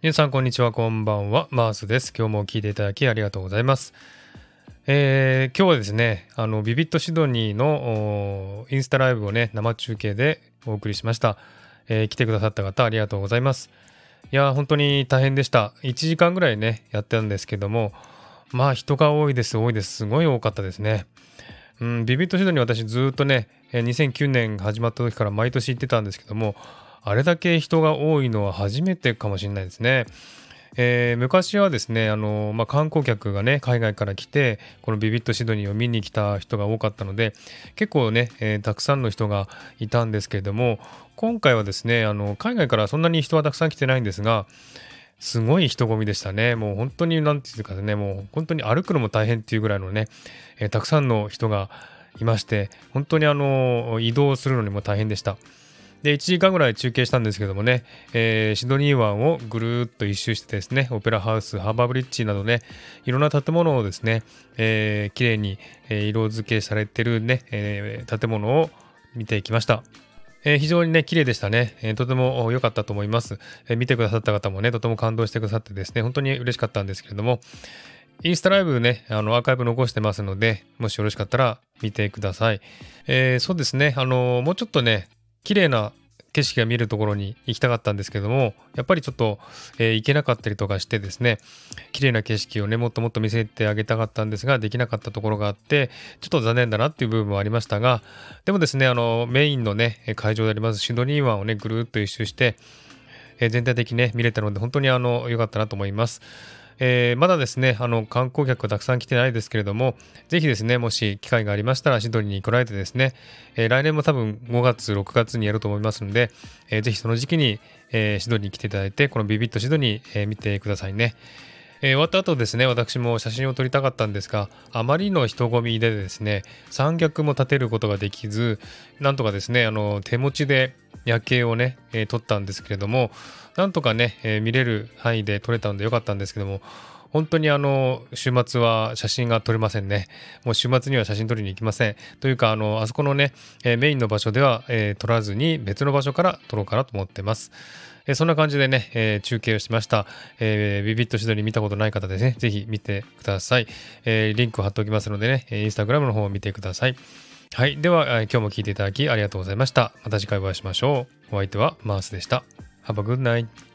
皆さんこんにちは、こんばんは、マースです。今日も聞いていただきありがとうございます。今日はですね、ビビットシドニーのインスタライブをね、生中継でお送りしました。来てくださった方ありがとうございます。いや、本当に大変でした。1時間ぐらいね、やったんですけども、まあ人が多いです、多いです。すごい多かったですね。ビビットシドニー私ずっとね、2009年始まった時から毎年行ってたんですけども、あれだけ人が多いのは初めてかもしれないですね。昔はですね、観光客がね、海外から来て、このビビットシドニーを見に来た人が多かったので、結構ね、たくさんの人がいたんですけれども、今回はですね、海外からそんなに人はたくさん来てないんですが、すごい人混みでしたね。もう本当になんていうかね、もう本当に歩くのも大変っていうぐらいのね、たくさんの人がいまして、本当に移動するのにも大変でした。で、1時間ぐらい中継したんですけどもね、シドニー湾をぐるーっと一周してですね、オペラハウス、ハーバーブリッジなどね、いろんな建物をですね、綺麗に色付けされてるね、建物を見てきました。非常にね、綺麗でしたね。とても良かったと思います。見てくださった方もね、とても感動してくださってですね、本当に嬉しかったんですけれども、インスタライブね、アーカイブ残してますので、もしよろしかったら見てください。そうですね、もうちょっとね、綺麗な景色が見えるところに行きたかったんですけども、やっぱりちょっと、行けなかったりとかしてですね、綺麗な景色をね、もっともっと見せてあげたかったんですが、できなかったところがあって、ちょっと残念だなっていう部分もありましたが、でもですね、メインのね、会場でありますシドニー湾をね、ぐるっと一周して、全体的にね、見れたので、本当に良かったなと思います。まだですね、観光客がたくさん来てないですけれども、ぜひですね、もし機会がありましたら、シドニーに来られてですね、来年も多分5月、6月にやると思いますので、ぜひその時期に、シドニーに来ていただいて、このビビットシドニー、見てくださいね。終わった後ですね、私も写真を撮りたかったんですが、あまりの人混みでですね、三脚も立てることができず、なんとかですね、手持ちで夜景をね、撮ったんですけれども、なんとかね、見れる範囲で撮れたのでよかったんですけども、本当に週末は写真が撮れませんね。もう週末には写真撮りに行きません。というか、あそこのね、メインの場所では、撮らずに別の場所から撮ろうかなと思ってます。そんな感じでね、中継をしました。ビビットシドニー見たことない方ですね、ぜひ見てください。リンクを貼っておきますのでね、インスタグラムの方を見てください。はい。では、今日も聞いていただきありがとうございました。また次回お会いしましょう。お相手はマースでした。Have a good night.